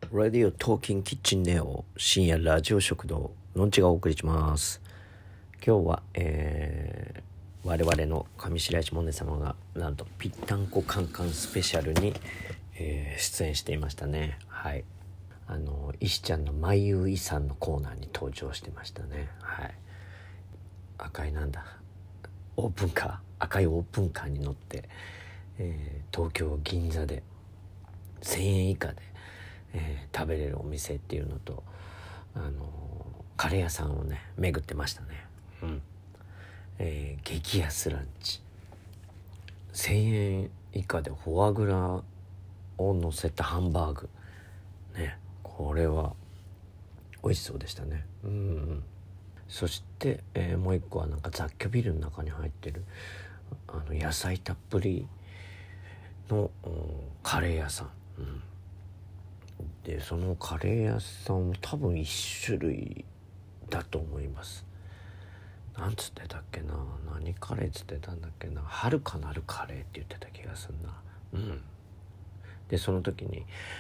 ラディオトーキンキッチンネオ深夜ラジオ食堂のんちがお送りします。今日は、我々の上白石萌音様がなんとぴったんこカンカンスペシャルに、出演していましたね。はい、石ちゃんのまゆいさんのコーナーに登場してましたね。はい、赤いオープンカー赤いオープンカーに乗って、東京銀座で1000円以下で食べれるお店っていうのと、カレー屋さんをね巡ってましたね。激安ランチ1000円以下でフォアグラを乗せたハンバーグね、これは美味しそうでしたね。そして、もう一個は雑居ビルの中に入ってる野菜たっぷりの、カレー屋さん、でそのカレー屋さんも多分一種類だと思います。なんつってたっけな、何カレーつってたんだっけな、遥かなるカレーって言ってた気がするな。でその時に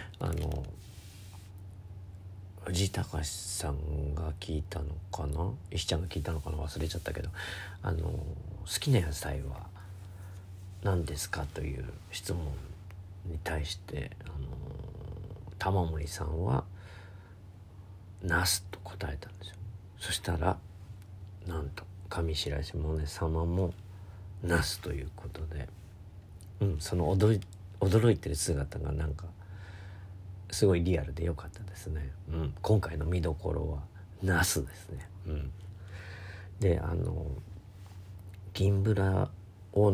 藤井隆さんが聞いたのかな、石ちゃんが聞いたのかな、忘れちゃったけど、好きな野菜は何ですかという質問に対して玉森さんはナスと答えたんですよ。そしたらなんと上白石萌音様もナスということで、その驚いてる姿がすごいリアルで良かったですね。今回の見どころはナスですね。で銀ブラを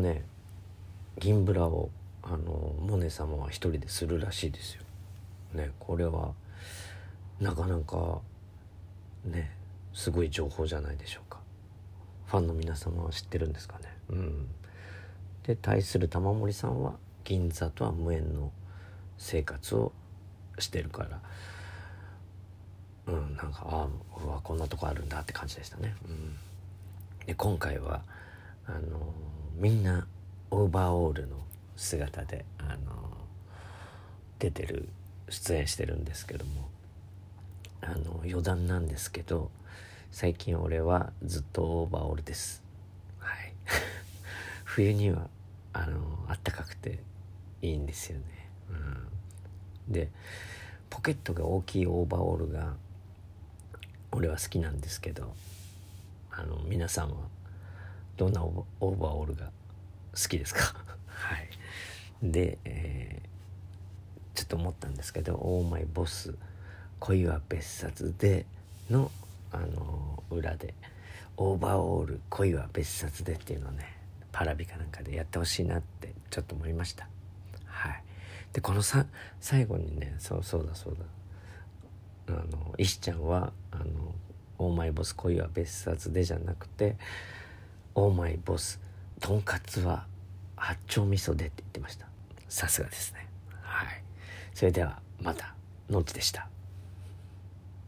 モネ様は一人でするらしいですよね。これはなかなかねすごい情報じゃないでしょうか。ファンの皆様は知ってるんですかね。で対する玉森さんは銀座とは無縁の生活をしてるから、うわこんなとこあるんだって感じでしたね。で今回はみんなオーバーオールの姿で出演してるんですけども、余談なんですけど、最近俺はずっとオーバーオールです。はい冬にはあったかくていいんですよね。でポケットが大きいオーバーオールが俺は好きなんですけど、皆さんはどんなオーバーオールが好きですかはい。で、ちょっと思ったんですけど、オーマイボス恋は別冊での裏でオーバーオール恋は別冊でっていうのをねパラビかなんかでやってほしいなってちょっと思いました。はい。でこの最後にね、そうだ石ちゃんはオーマイボス恋は別冊でじゃなくてオーマイボスとんかつは八丁味噌でって言ってました。さすがですね。はい。それではまたのんちでした。